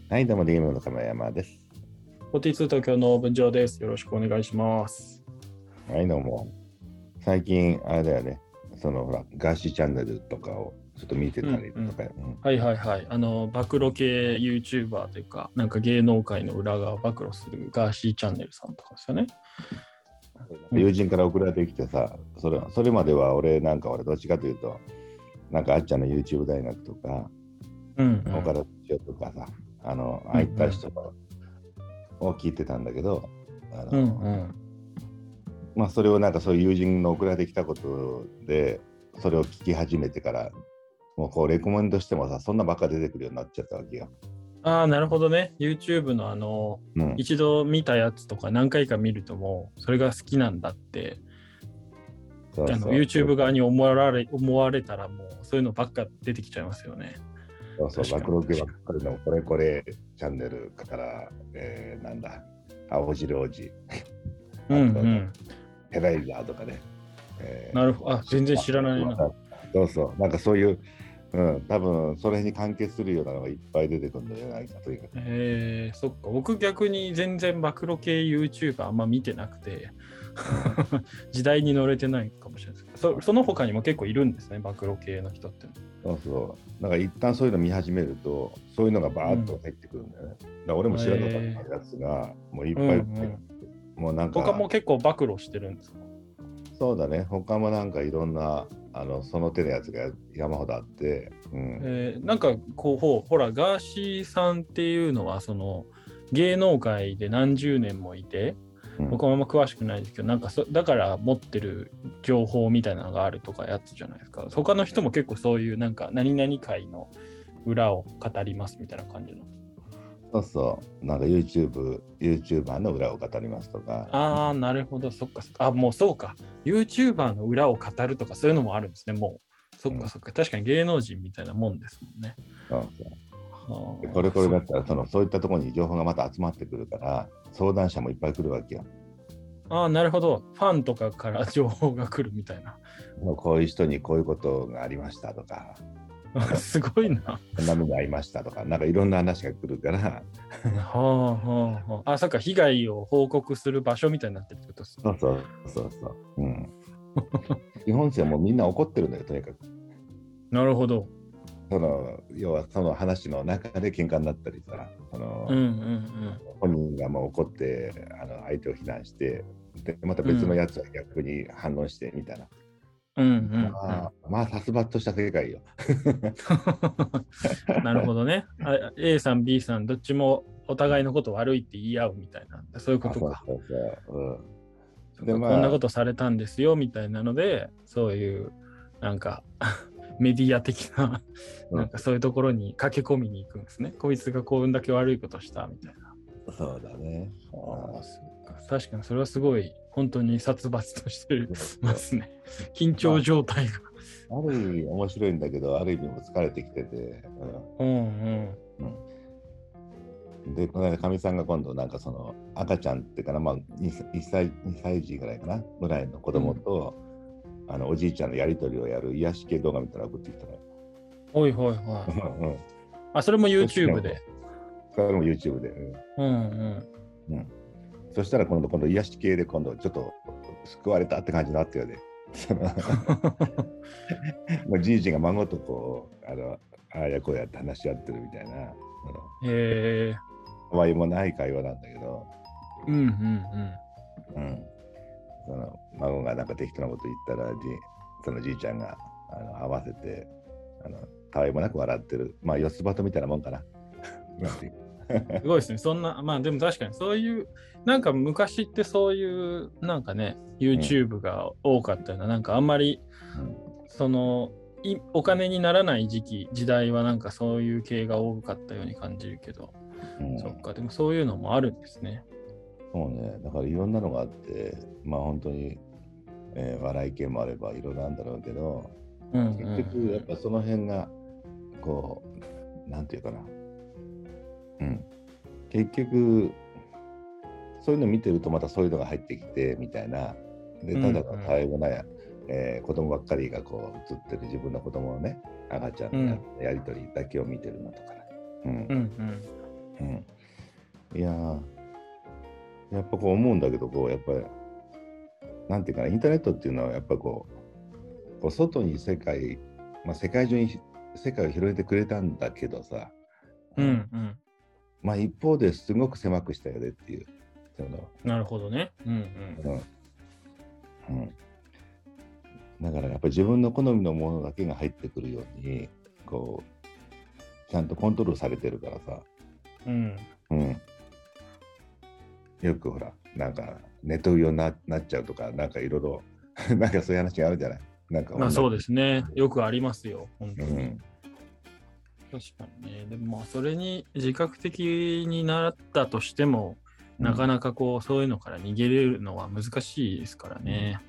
はい、どうも、ゲームの亀山です。 42東京の文城です。よろしくお願いします。 はい、どうも。最近、あれだよね、ほら、ガーシーチャンネルとかをちょっと見てたりとか、 はいはいはい。暴露系 YouTuber というか、なんか芸能界の裏側を暴露するガーシーチャンネルさんとかですよね。 友人から送られてきてさ、それまでは俺どっちかというと、なんかあっちゃんの YouTube 大学とか、岡田敏夫とかさ、ああいった人を聞いてたんだけど、まあそれをなんかそういう友人の送られてきたことで、それを聞き始めてから、もうこうレコメンドしてもさ、そんなばっか出てくるようになっちゃったわけよ。 ああ、なるほどね。YouTube の一度見たやつとか何回か見るともう、それが好きなんだって、YouTube 側に思われたらもう、そういうのばっか出てきちゃいますよね。 そうそう、暴露系ばっかりのこれチャンネルから、なんだ、青白王子、ヘライザーとかね。 なるほど、全然知らないな。 そうそう、なんかそういう、多分それに関係するようなのがいっぱい出てくるんじゃないかというか。 そっか、僕逆に全然暴露系 YouTuber あんま見てなくて、時代に乗れてないかもしれないですけど、その他にも結構いるんですね、暴露系の人って。 そうそう。なんか一旦そういうの見始めると、そういうのがバーッと入ってくるんだよね。だから俺も知らなかったやつが、もういっぱい入ってくる。もうなんか。 他も結構暴露してるんですか？ そうだね。他もなんかいろんな、その手のやつが山ほどあって、 なんかこうほらガーシーさんっていうのはその芸能界で何十年もいて、僕もあんま詳しくないですけど、なんかだから持ってる情報みたいなのがあるとかやつじゃないですか。他の人も結構そういうなんか何々界の裏を語りますみたいな感じの。 そうそう、なんか YouTuber の裏を語りますとか。 ああ、なるほど、そっかそっか。もうそうか。YouTuber の裏を語るとかそういうのもあるんですね、もう。そっかそっか。確かに芸能人みたいなもんですもんね。 そうそう。これだったらそういったところに情報がまた集まってくるから、相談者もいっぱい来るわけよ。 ああ、なるほど。ファンとかから情報が来るみたいな。 こういう人にこういうことがありましたとか。 すごいな。 こんな目に遭いましたとか、なんかいろんな話が来るから。 そっか、被害を報告する場所みたいになってるってことですね。 そう。日本人はもうみんな怒ってるんだよ、とにかく。 なるほど。 要はその話の中で喧嘩になったりさ、本人がもう怒って相手を非難して、でまた別のやつは逆に反論してみたいな。まあ殺伐とした世界よ。 なるほどね。A さん B さんどっちもお互いのこと悪いって言い合うみたいな、そういうことか。こんなことされたんですよみたいなので、そういうなんかメディア的ななんかそういうところに駆け込みに行くんですね。こいつがこんだけ悪いことしたみたいな。 そうだね。 確かにそれはすごい本当に殺伐としてますね。緊張状態が。 ある意味面白いんだけど、ある意味も疲れてきてて。で、この間、かみさんが今度、なんかその赤ちゃんっていうかな、まあ2歳児ぐらいかな、ぐらいの子供と、おじいちゃんのやりとりをやる癒し系動画みたいなの送ってきたのよ。 それも YouTube で。 それも YouTube で。そしたら今度癒し系で今度ちょっと救われたって感じになったよね。もうじいじが孫とこうああやこうやって話し合ってるみたいな。たわいもない会話なんだけど。その孫がなんか適当なこと言ったらそのじいちゃんが合わせてたわいもなく笑ってる。まあ四つ葉とみたいなもんかな。 すごいですね。そんな、まあでも確かにそういう、なんか昔ってそういうなんかね、YouTube が多かったような、なんかあんまり、そのお金にならない時代はなんかそういう系が多かったように感じるけど、そっか、でもそういうのもあるんですね。 そうね、だからいろんなのがあって、まあ本当に、笑い系もあればいろいろあるんだろうけど、結局やっぱその辺がこうなんていうかな、結局そういうの見てるとまたそういうのが入ってきてみたいな、でただの対応がない、子供ばっかりがこう映ってる自分の子供のね、赤ちゃんのやりとりだけを見てるのとか、 うん、いややっぱこう思うんだけど、こうやっぱりなんていうかな、インターネットっていうのはやっぱこう外に世界、世界中に世界を広げてくれたんだけどさ、一方ですごく狭くしたよねっていう。 なるほどね。 だからやっぱり自分の好みのものだけが入ってくるようにこうちゃんとコントロールされてるからさ、よくほらなんかネット用になっちゃうとかなんかいろいろなんかそういう話があるじゃない。なんかそうですね。よくありますよ、本当に。確かにね。でもそれに自覚的になったとしても、なかなかこうそういうのから逃げれるのは難しいですからね。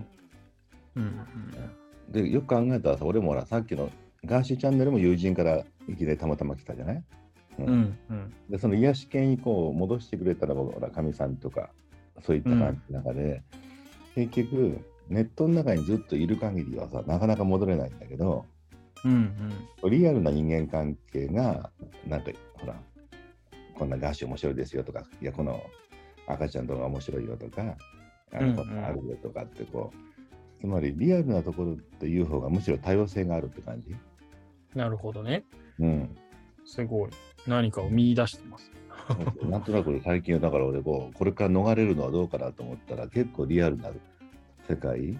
でよく考えたらさ、俺もほらさっきのガーシーチャンネルも友人からいきなりたまたま来たじゃない。でその癒し系にこう戻してくれたら僕らかみさんとかそういった感じの中で、結局ネットの中にずっといる限りはさなかなか戻れないんだけど、リアルな人間関係がなんかほらこんなガーシー面白いですよとか、いやこの赤ちゃん動画面白いよとか、こんなあるよとかってこう、つまりリアルなところっていう方がむしろ多様性があるって感じ。 なるほどね。すごい。何かを見出してます。 なんとなく最近はだから俺これから逃れるのはどうかなと思ったら結構リアルな世界。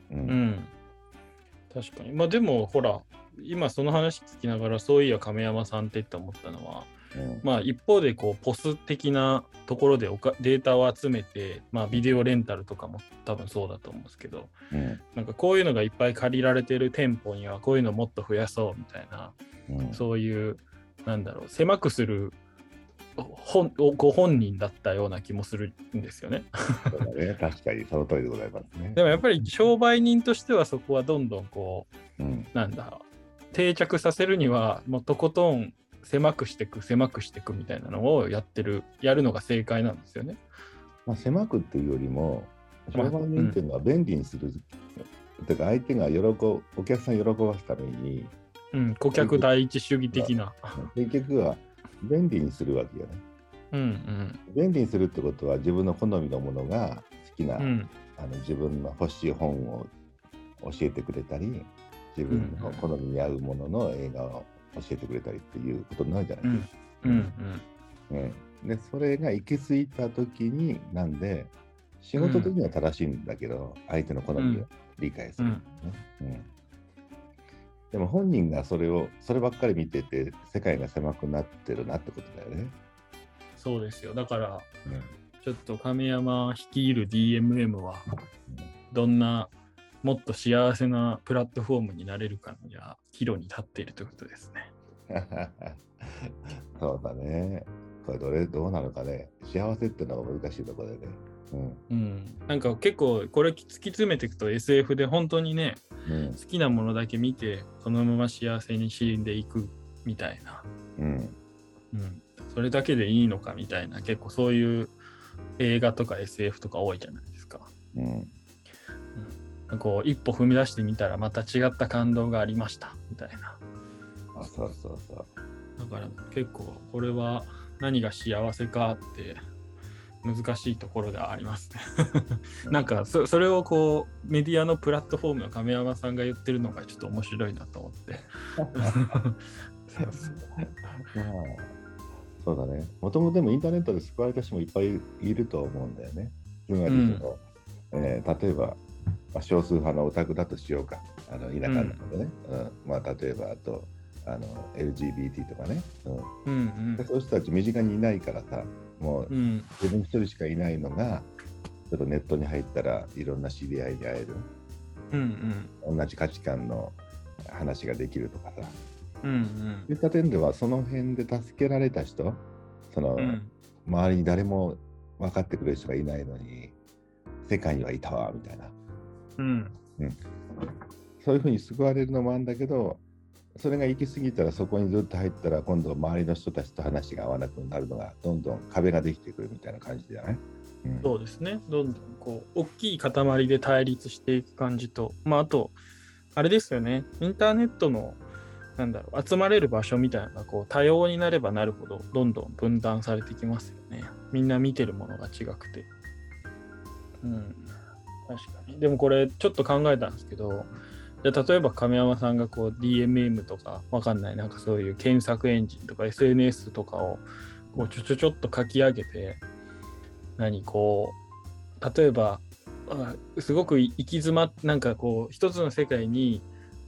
確かに。でもほら今その話聞きながらそういや亀山さんって思ったのは、一方でこうポス的なところでデータを集めて、ビデオレンタルとかも多分そうだと思うんですけど、なんかこういうのがいっぱい借りられてる店舗にはこういうのもっと増やそうみたいな、そういうなんだろう狭くするご本人だったような気もするんですよね。 そうだね、確かにその通りでございますね。 でもやっぱり商売人としてはそこはどんどんこう、定着させるにはもうとことん狭くしていくみたいなのをやるのが正解なんですよね。 狭くっていうよりも商売人っていうのは便利にする、というか相手がお客さん喜ばすために、 顧客第一主義的な結局は便利にするわけよね。便利にするってことは自分の好みのものが好きな、自分の欲しい本を教えてくれたり、自分の好みに合うものの映画を教えてくれたりっていうことになるじゃないですか。でそれが行き着いた時になんで仕事的には正しいんだけど、相手の好みを理解する、でも本人がそればっかり見てて世界が狭くなってるなってことだよね。 そうですよ。だから、ちょっと亀山率いる DMM はどんなもっと幸せなプラットフォームになれるかの岐路に立っているということですね。 そうだね。これどうなのかね。幸せっていうのが難しいところでね。 なんか結構これ突き詰めていくと SF で本当にね、好きなものだけ見てそのまま幸せに死んでいくみたいな、それだけでいいのかみたいな、結構そういう映画とか SF とか多いじゃないですか。こう一歩踏み出してみたらまた違った感動がありましたみたいな。 そうだから結構これは何が幸せかって難しいところではありますね。なんかそれをこうメディアのプラットフォームの亀山さんが言ってるのがちょっと面白いなと思って。 そうだね。もともとでもインターネットで救われた人もいっぱいいると思うんだよね。つまり例えば、少数派のオタクだとしようか、田舎の方でね、例えばあとLGBT とかね、そういう人たち身近にいないからさ、もう自分一人しかいないのがちょっとネットに入ったらいろんな知り合いに会える、同じ価値観の話ができるとかさ、そういった点ではその辺で助けられた人、周りに誰も分かってくれる人がいないのに世界にはいたわみたいな、そういうふうに救われるのもあるんだけど、それが行き過ぎたらそこにずっと入ったら今度周りの人たちと話が合わなくなるのがどんどん壁ができてくるみたいな感じじゃない？ そうですね。どんどんこう大きい塊で対立していく感じと、あとあれですよね。インターネットのなんだろう、集まれる場所みたいなのがこう多様になればなるほどどんどん分断されてきますよね。みんな見てるものが違くて。うん、確かに。でもこれちょっと考えたんですけど、じゃあ例えば亀山さんがこう DMM とかわかんないなんかそういう検索エンジンとか SNS とかをこうちょっと書き上げて、何こう例えばすごく行き詰まっなんかこう一つの世界に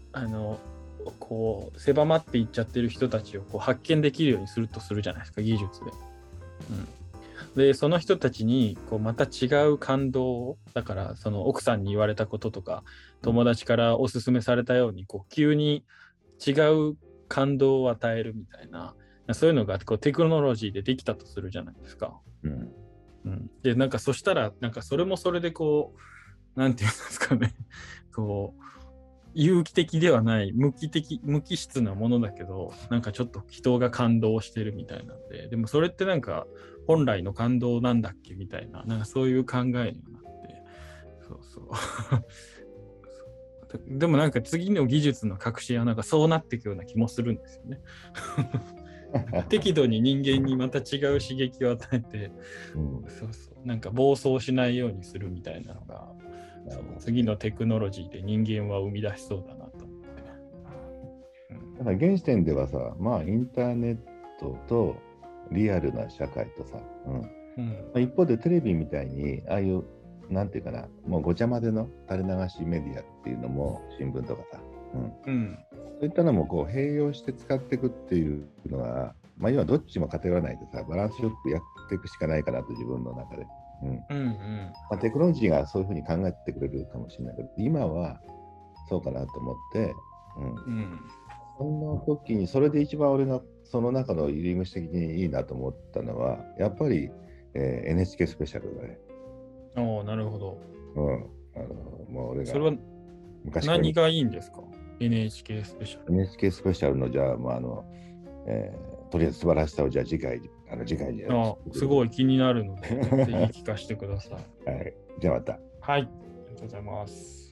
こう狭まっていっちゃってる人たちをこう発見できるようにするとするじゃないですか、技術で。でその人たちにこうまた違う感動を、だからその奥さんに言われたこととか友達からおすすめされたようにこう急に違う感動を与えるみたいな、そういうのがこうテクノロジーでできたとするじゃないですか。でなんかそしたらなんかそれもそれでこうなんていうんですかねこう有機的ではない無機質なものだけどなんかちょっと人が感動してるみたいなんで、でもそれってなんか本来の感動なんだっけみたいな、なんかそういう考えになって、そうでもなんか次の技術の革新はなんかそうなっていくような気もするんですよね適度に人間にまた違う刺激を与えて、なんか暴走しないようにするみたいなのが次のテクノロジーで人間は生み出しそうだなと思って。 だから現時点ではさ、まあインターネットとリアルな社会とさ、一方でテレビみたいにああいうなんていうかな、もうごちゃ混ぜの垂れ流しメディアっていうのも新聞とかさ、そういったのもこう併用して使っていくっていうのは、まあ今どっちも偏らないでさ、バランスよくやっていくしかないかなと自分の中で。まあ、テクノロジーがそういうふうに考えてくれるかもしれないけど、今はそうかなと思って、その時にそれで一番俺がその中の入り口的にいいなと思ったのはやっぱり、NHK スペシャルだね。 なるほど。 もう俺がそれは何がいいんですか？ NHK スペシャル。 NHK スペシャルのじゃあ、とりあえず素晴らしさをじゃあ次回にすごい気になるのでぜひ聞かせてください。 はい、じゃあまた。 はい、ありがとうございます。